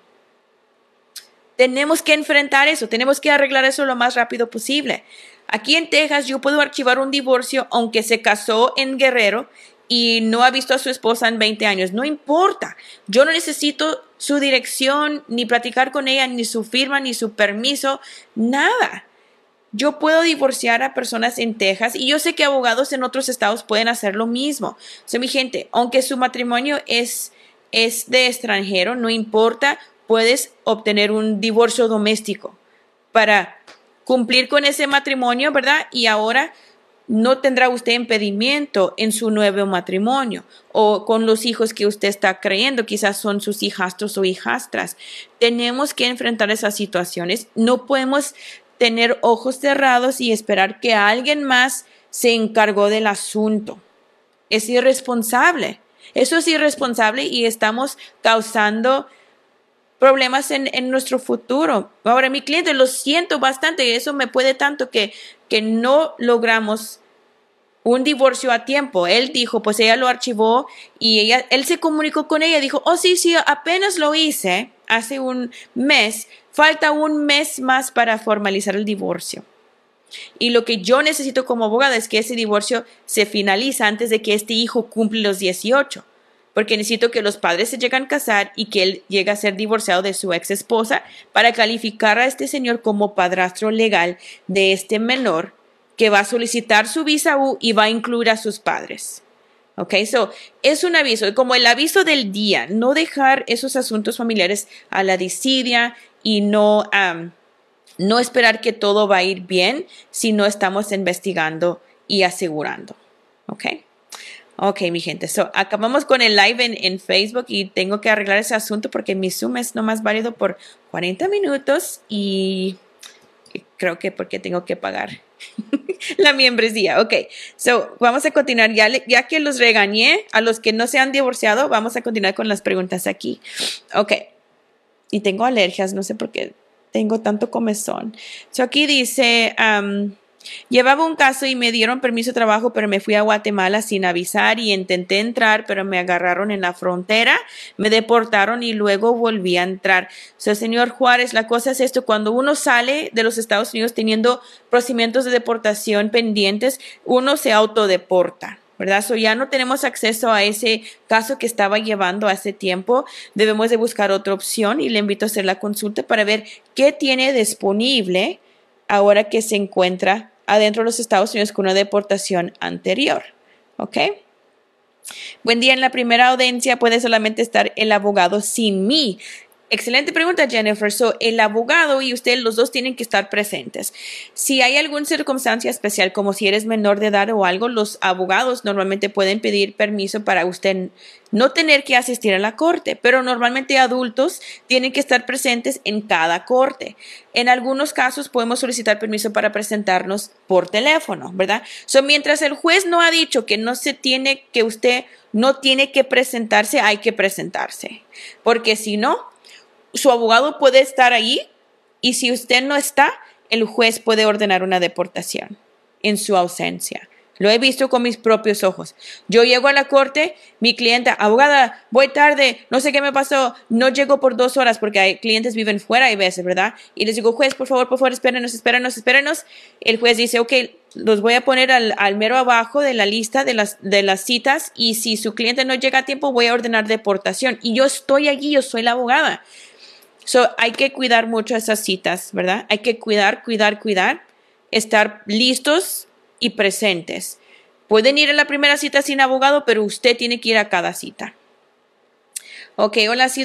tenemos que enfrentar eso, tenemos que arreglar eso lo más rápido posible. Aquí en Texas yo puedo archivar un divorcio aunque se casó en Guerrero y no ha visto a su esposa en 20 años. No importa. Yo no necesito su dirección, ni platicar con ella, ni su firma, ni su permiso, nada. Yo puedo divorciar a personas en Texas y yo sé que abogados en otros estados pueden hacer lo mismo. So, mi gente, aunque su matrimonio es de extranjero, no importa, puedes obtener un divorcio doméstico para cumplir con ese matrimonio, ¿verdad? Y ahora no tendrá usted impedimento en su nuevo matrimonio o con los hijos que usted está creyendo, quizás son sus hijastros o hijastras. Tenemos que enfrentar esas situaciones. No podemos tener ojos cerrados y esperar que alguien más se encargó del asunto. Es irresponsable. Eso es irresponsable y estamos causando problemas en nuestro futuro. Ahora, mi cliente, lo siento bastante, eso me puede tanto que no logramos un divorcio a tiempo. Él dijo, pues ella lo archivó y él se comunicó con ella, dijo, oh sí, apenas lo hice hace un mes, falta un mes más para formalizar el divorcio. Y lo que yo necesito como abogada es que ese divorcio se finalice antes de que este hijo cumple los 18. Porque necesito que los padres se lleguen a casar y que él llegue a ser divorciado de su ex esposa para calificar a este señor como padrastro legal de este menor que va a solicitar su visa U y va a incluir a sus padres. Ok, so es un aviso, como el aviso del día, no dejar esos asuntos familiares a la desidia y no esperar que todo va a ir bien si no estamos investigando y asegurando. Ok, mi gente, acabamos con el live en Facebook y tengo que arreglar ese asunto porque mi Zoom es nomás válido por 40 minutos y creo que porque tengo que pagar la membresía. Ok, vamos a continuar. Ya que los regañé, a los que no se han divorciado, vamos a continuar con las preguntas aquí. Ok, y tengo alergias, no sé por qué tengo tanto comezón. Aquí dice... llevaba un caso y me dieron permiso de trabajo, pero me fui a Guatemala sin avisar y intenté entrar, pero me agarraron en la frontera, me deportaron y luego volví a entrar. Señor Juárez, la cosa es esto, cuando uno sale de los Estados Unidos teniendo procedimientos de deportación pendientes, uno se autodeporta, ¿verdad? Ya no tenemos acceso a ese caso que estaba llevando hace tiempo. Debemos de buscar otra opción y le invito a hacer la consulta para ver qué tiene disponible ahora que se encuentra adentro de los Estados Unidos con una deportación anterior. ¿Ok? Buen día. En la primera audiencia puede solamente estar el abogado sin mí. Excelente pregunta, Jennifer. So, el abogado y usted, los dos tienen que estar presentes. Si hay alguna circunstancia especial, como si eres menor de edad o algo, los abogados normalmente pueden pedir permiso para usted no tener que asistir a la corte, pero normalmente adultos tienen que estar presentes en cada corte. En algunos casos podemos solicitar permiso para presentarnos por teléfono, ¿verdad? So, mientras el juez no ha dicho que usted no tiene que presentarse, hay que presentarse. Porque si no, su abogado puede estar ahí y si usted no está, el juez puede ordenar una deportación en su ausencia. Lo he visto con mis propios ojos. Yo llego a la corte, mi clienta, abogada, voy tarde, no sé qué me pasó, no llego por 2 horas porque hay clientes viven fuera hay veces, ¿verdad? Y les digo, juez, por favor, espérenos. El juez dice, ok, los voy a poner al mero abajo de la lista de las citas y si su cliente no llega a tiempo, voy a ordenar deportación. Y yo estoy allí, yo soy la abogada. So, hay que cuidar mucho esas citas, ¿verdad? Hay que cuidar, estar listos y presentes. Pueden ir a la primera cita sin abogado, pero usted tiene que ir a cada cita. Ok,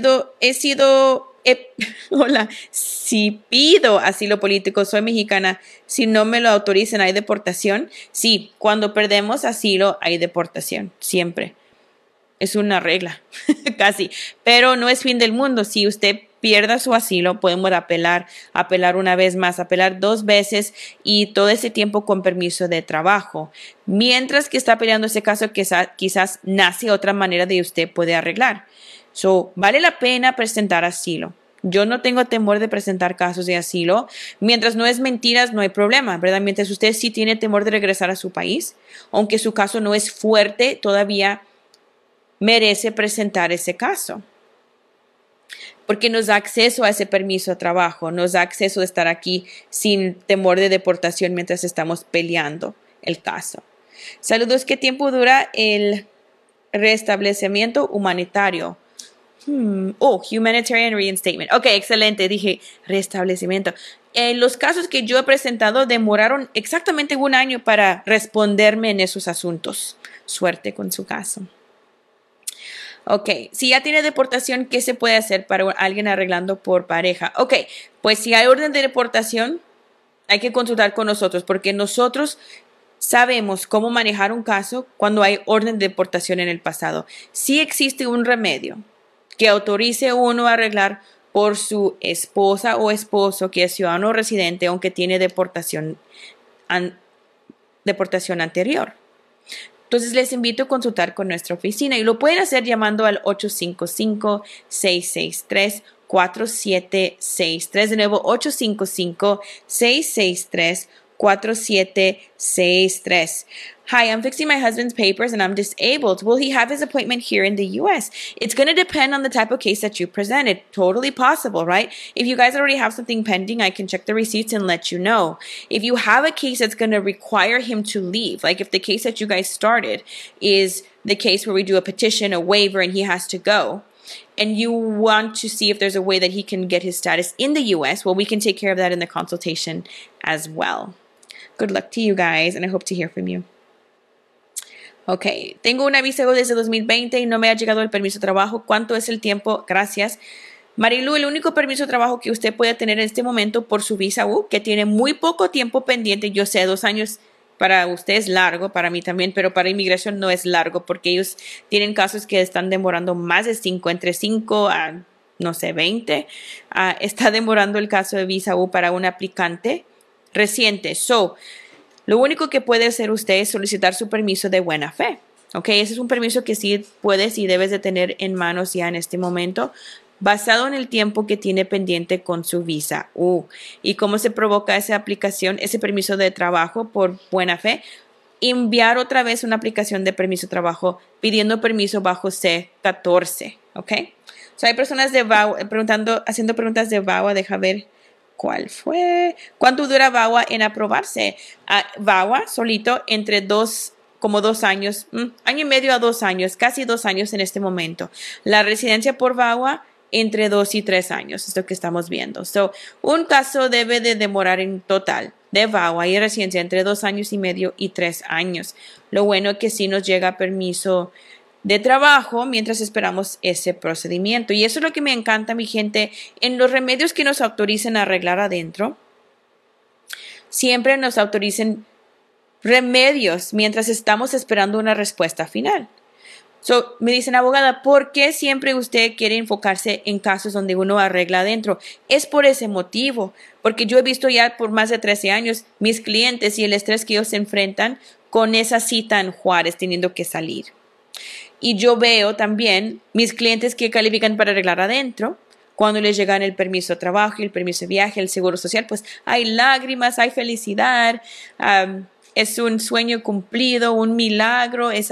hola, si pido asilo político, soy mexicana, si no me lo autorizan, ¿hay deportación? Sí, cuando perdemos asilo, hay deportación, siempre. Es una regla, casi, pero no es fin del mundo. Si usted pierda su asilo, podemos apelar una vez más, apelar 2 veces y todo ese tiempo con permiso de trabajo. Mientras que está peleando ese caso, quizás nace otra manera de usted puede arreglar. So, vale la pena presentar asilo. Yo no tengo temor de presentar casos de asilo. Mientras no es mentiras, no hay problema, ¿verdad? Mientras usted sí tiene temor de regresar a su país, aunque su caso no es fuerte, todavía merece presentar ese caso. Porque nos da acceso a ese permiso de trabajo, nos da acceso a estar aquí sin temor de deportación mientras estamos peleando el caso. Saludos, ¿qué tiempo dura el restablecimiento humanitario? Humanitarian reinstatement. Ok, excelente, dije restablecimiento. Los casos que yo he presentado demoraron exactamente 1 año para responderme en esos asuntos. Suerte con su caso. Ok, si ya tiene deportación, ¿qué se puede hacer para alguien arreglando por pareja? Ok, pues si hay orden de deportación, hay que consultar con nosotros porque nosotros sabemos cómo manejar un caso cuando hay orden de deportación en el pasado. Si existe un remedio que autorice a uno a arreglar por su esposa o esposo que es ciudadano residente aunque tiene deportación anterior. Entonces les invito a consultar con nuestra oficina y lo pueden hacer llamando al 855-663-4763. De nuevo, 855-663-4763. Hi, I'm fixing my husband's papers and I'm disabled. Will he have his appointment here in the U.S.? It's going to depend on the type of case that you presented. Totally possible, right? If you guys already have something pending, I can check the receipts and let you know. If you have a case that's going to require him to leave, like if the case that you guys started is the case where we do a petition, a waiver, and he has to go, and you want to see if there's a way that he can get his status in the U.S., well, we can take care of that in the consultation as well. Good luck to you guys, and I hope to hear from you. Ok, tengo una visa desde 2020 y no me ha llegado el permiso de trabajo. ¿Cuánto es el tiempo? Gracias. Marilu, el único permiso de trabajo que usted puede tener en este momento por su visa U, que tiene muy poco tiempo pendiente, yo sé, 2 años para usted es largo, para mí también, pero para inmigración no es largo porque ellos tienen casos que están demorando más de 5, entre 5 a, 20. Está demorando el caso de visa U para un aplicante reciente. Lo único que puede hacer usted es solicitar su permiso de buena fe. Ok, ese es un permiso que sí puedes y debes de tener en manos ya en este momento, basado en el tiempo que tiene pendiente con su visa U. ¿Y cómo se provoca esa aplicación, ese permiso de trabajo por buena fe? Enviar otra vez una aplicación de permiso de trabajo pidiendo permiso bajo C14. Ok, hay personas de VAWA haciendo preguntas de VAWA, deja ver. ¿Cuál fue? ¿Cuánto dura VAWA en aprobarse? VAWA solito entre 2 años, año y medio a 2 años, casi 2 años en este momento. La residencia por VAWA entre 2 y 3 años, es lo que estamos viendo. Un caso debe de demorar en total de VAWA y residencia entre 2 años y medio y 3 años. Lo bueno es que sí nos llega permiso de trabajo mientras esperamos ese procedimiento. Y eso es lo que me encanta, mi gente, en los remedios que nos autoricen a arreglar adentro. Siempre nos autoricen remedios mientras estamos esperando una respuesta final. Me dicen, abogada, ¿por qué siempre usted quiere enfocarse en casos donde uno arregla adentro? Es por ese motivo, porque yo he visto ya por más de 13 años mis clientes y el estrés que ellos se enfrentan con esa cita en Juárez teniendo que salir. Y yo veo también mis clientes que califican para arreglar adentro. Cuando les llegan el permiso de trabajo, el permiso de viaje, el seguro social, pues hay lágrimas, hay felicidad, es un sueño cumplido, un milagro, es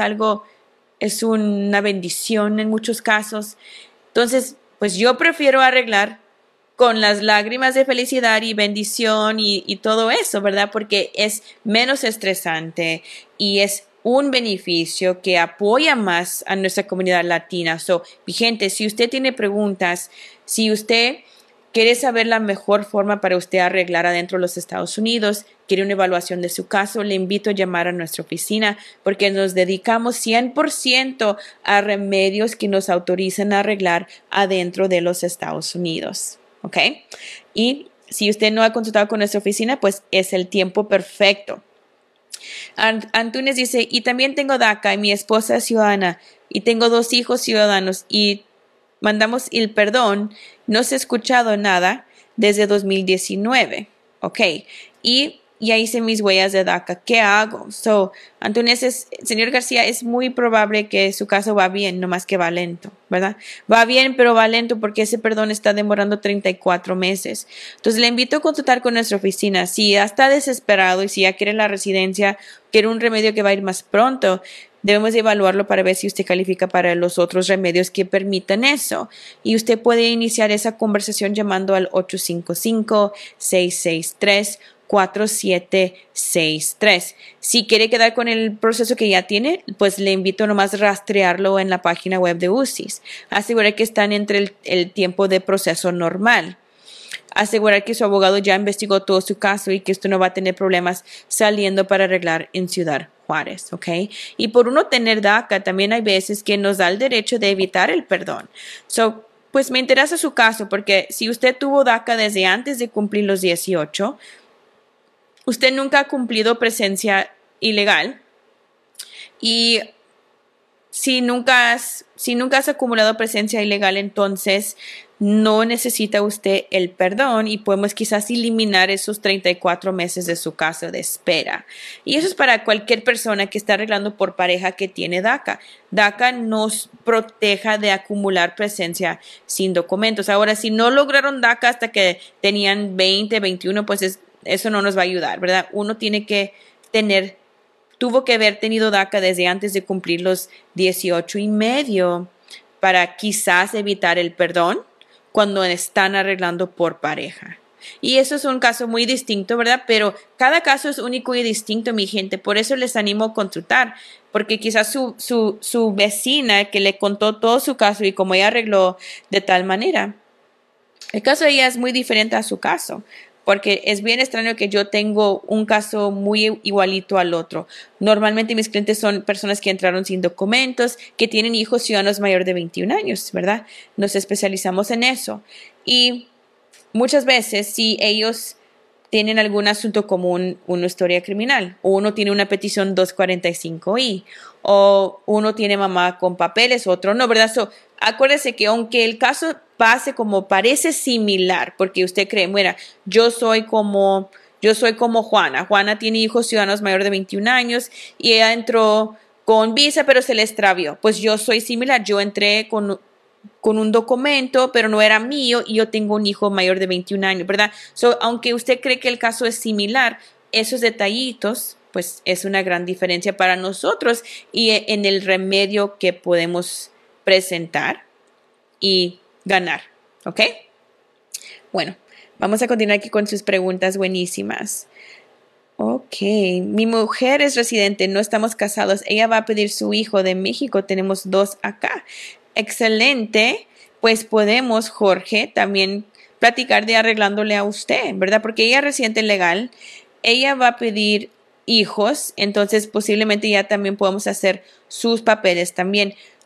una bendición en muchos casos. Entonces, pues yo prefiero arreglar con las lágrimas de felicidad y bendición y todo eso, ¿verdad? Porque es menos estresante y es un beneficio que apoya más a nuestra comunidad latina. Mi gente, si usted tiene preguntas, si usted quiere saber la mejor forma para usted arreglar adentro de los Estados Unidos, quiere una evaluación de su caso, le invito a llamar a nuestra oficina porque nos dedicamos 100% a remedios que nos autorizan a arreglar adentro de los Estados Unidos. ¿Ok? Y si usted no ha consultado con nuestra oficina, pues es el tiempo perfecto. Antunes dice, y también tengo DACA y mi esposa es ciudadana y tengo 2 hijos ciudadanos y mandamos el perdón, no se ha escuchado nada desde 2019. Ok, y ya hice mis huellas de DACA. ¿Qué hago? Antunes, señor García, es muy probable que su caso va bien, no más que va lento, ¿verdad? Va bien, pero va lento porque ese perdón está demorando 34 meses. Entonces, le invito a consultar con nuestra oficina. Si ya está desesperado y si ya quiere la residencia, quiere un remedio que va a ir más pronto, debemos evaluarlo para ver si usted califica para los otros remedios que permitan eso. Y usted puede iniciar esa conversación llamando al 855-663-4763. Si quiere quedar con el proceso que ya tiene, pues le invito nomás a rastrearlo en la página web de UCIS. Asegurar que están entre el tiempo de proceso normal. Asegurar que su abogado ya investigó todo su caso y que usted no va a tener problemas saliendo para arreglar en Ciudad Juárez, ¿ok? Y por uno tener DACA, también hay veces que nos da el derecho de evitar el perdón. Pues me interesa su caso porque si usted tuvo DACA desde antes de cumplir los 18, usted nunca ha cumplido presencia ilegal y si nunca has acumulado presencia ilegal, entonces no necesita usted el perdón y podemos quizás eliminar esos 34 meses de su caso de espera. Y eso es para cualquier persona que está arreglando por pareja que tiene DACA. DACA nos proteja de acumular presencia sin documentos. Ahora, si no lograron DACA hasta que tenían 20, 21, pues eso no nos va a ayudar, ¿verdad? Uno tuvo que haber tenido DACA desde antes de cumplir los 18 y medio para quizás evitar el perdón cuando están arreglando por pareja. Y eso es un caso muy distinto, ¿verdad? Pero cada caso es único y distinto, mi gente. Por eso les animo a consultar, porque quizás su vecina que le contó todo su caso y cómo ella arregló de tal manera, el caso de ella es muy diferente a su caso. Porque es bien extraño que yo tengo un caso muy igualito al otro. Normalmente mis clientes son personas que entraron sin documentos, que tienen hijos ciudadanos mayor de 21 años, ¿verdad? Nos especializamos en eso. Y muchas veces, si ellos tienen algún asunto como una historia criminal, o uno tiene una petición 245I, o uno tiene mamá con papeles, otro no, ¿verdad? Acuérdese que aunque el caso pase como parece similar, porque usted cree, mira, yo soy como Juana. Juana tiene hijos ciudadanos mayor de 21 años y ella entró con visa, pero se le extravió. Pues yo soy similar. Yo entré con un documento, pero no era mío y yo tengo un hijo mayor de 21 años, ¿verdad? Aunque usted cree que el caso es similar, esos detallitos, pues es una gran diferencia para nosotros y en el remedio que podemos presentar y ganar, ¿ok? Bueno, vamos a continuar aquí con sus preguntas buenísimas. Ok, mi mujer es residente, no estamos casados. Ella va a pedir su hijo de México, tenemos 2 acá. Excelente, pues podemos, Jorge, también platicar de arreglándole a usted, ¿verdad? Porque ella es residente legal, ella va a pedir hijos, entonces posiblemente ya también podemos hacer sus papeles también.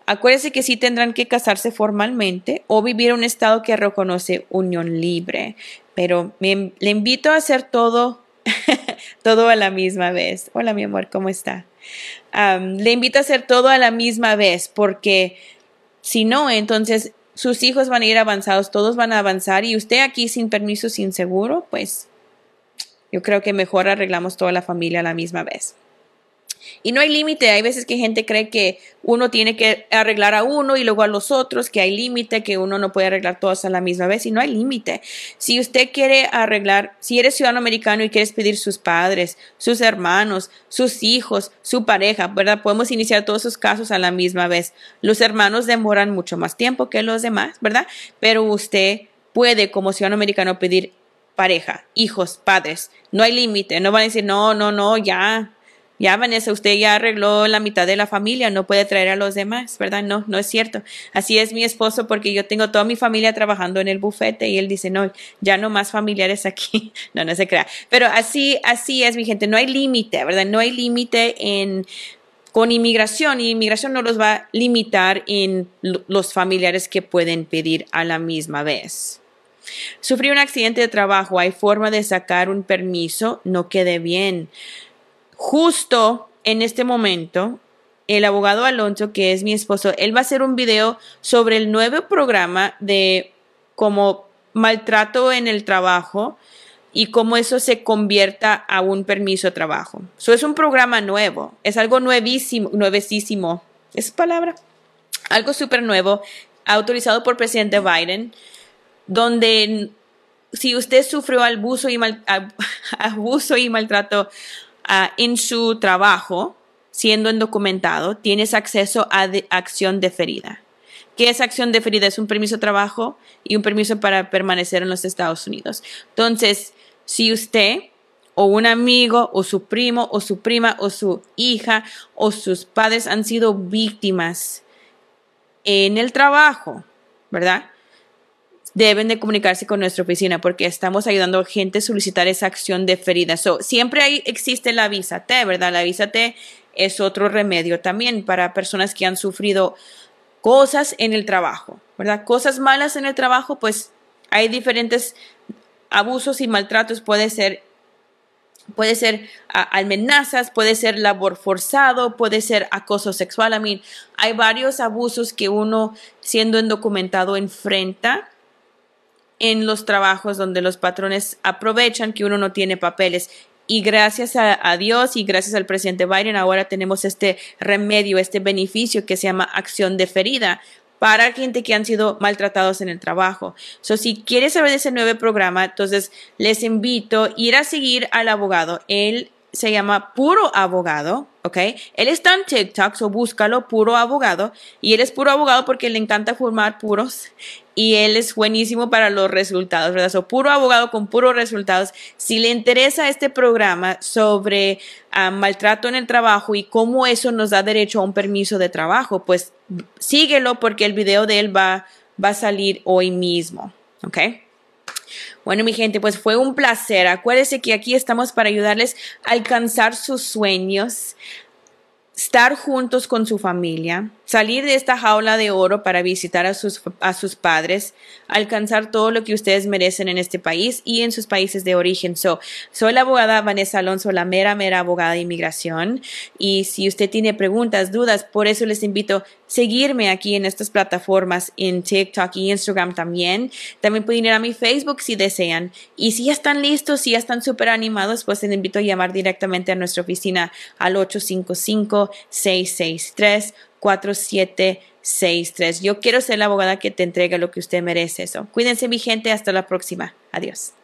Acuérdese que sí tendrán que casarse formalmente o vivir en un estado que reconoce unión libre. Pero le invito a hacer todo, todo a la misma vez. Hola, mi amor, ¿cómo está? Le invito a hacer todo a la misma vez, porque si no, entonces sus hijos van a ir avanzados, todos van a avanzar, y usted aquí sin permiso, sin seguro, pues yo creo que mejor arreglamos toda la familia a la misma vez. Y no hay límite. Hay veces que gente cree que uno tiene que arreglar a uno y luego a los otros, que hay límite, que uno no puede arreglar todos a la misma vez, y no hay límite. Si usted quiere arreglar, si eres ciudadano americano y quieres pedir sus padres, sus hermanos, sus hijos, su pareja, ¿verdad? Podemos iniciar todos esos casos a la misma vez. Los hermanos demoran mucho más tiempo que los demás, ¿verdad? Pero usted puede, como ciudadano americano, pedir pareja, hijos, padres. No hay límite. No van a decir, no, ya, Vanessa, usted ya arregló la mitad de la familia, no puede traer a los demás, ¿verdad? No es cierto. Así es mi esposo, porque yo tengo toda mi familia trabajando en el bufete y él dice, no, ya no más familiares aquí. No se crea. Pero así es, mi gente. No hay límite, ¿verdad? No hay límite con inmigración, y inmigración no los va a limitar en los familiares que pueden pedir a la misma vez. Sufrí un accidente de trabajo. ¿Hay forma de sacar un permiso? No quede bien. Justo en este momento, el abogado Alonso, que es mi esposo, él va a hacer un video sobre el nuevo programa de como maltrato en el trabajo y cómo eso se convierta a un permiso de trabajo. Eso es un programa nuevo, es algo nuevecísimo, es palabra, algo súper nuevo, autorizado por el presidente Biden, donde si usted sufrió abuso y maltrato en su trabajo, siendo indocumentado, tienes acceso a acción deferida. ¿Qué es acción deferida? Es un permiso de trabajo y un permiso para permanecer en los Estados Unidos. Entonces, si usted o un amigo o su primo o su prima o su hija o sus padres han sido víctimas en el trabajo, ¿verdad? Deben de comunicarse con nuestra oficina, porque estamos ayudando a gente a solicitar esa acción deferida. Siempre existe la visa T, ¿verdad? La visa T es otro remedio también para personas que han sufrido cosas en el trabajo, ¿verdad? Cosas malas en el trabajo, pues hay diferentes abusos y maltratos. Puede ser amenazas, puede ser labor forzado, puede ser acoso sexual. Hay varios abusos que uno, siendo indocumentado, enfrenta en los trabajos donde los patrones aprovechan que uno no tiene papeles. Y gracias a Dios y gracias al presidente Biden, ahora tenemos este remedio, este beneficio que se llama acción deferida para gente que han sido maltratados en el trabajo. Si quieres saber de ese nuevo programa, entonces les invito a ir a seguir al abogado. Él se llama Puro Abogado, ¿ok? Él está en TikTok, búscalo, Puro Abogado. Y él es Puro Abogado porque le encanta formar puros. Y él es buenísimo para los resultados, ¿verdad? Puro Abogado con puros resultados. Si le interesa este programa sobre maltrato en el trabajo y cómo eso nos da derecho a un permiso de trabajo, pues síguelo, porque el video de él va a salir hoy mismo, ¿ok? Bueno, mi gente, pues fue un placer. Acuérdense que aquí estamos para ayudarles a alcanzar sus sueños, estar juntos con su familia, salir de esta jaula de oro para visitar a sus padres, alcanzar todo lo que ustedes merecen en este país y en sus países de origen. Soy la abogada Vanessa Alonso, la mera abogada de inmigración. Y si usted tiene preguntas, dudas, por eso les invito a seguirme aquí en estas plataformas, en TikTok y Instagram también. También pueden ir a mi Facebook si desean. Y si ya están listos, si ya están súper animados, pues les invito a llamar directamente a nuestra oficina al 855-663-4763. Yo quiero ser la abogada que te entregue lo que usted merece. Cuídense, mi gente. Hasta la próxima. Adiós.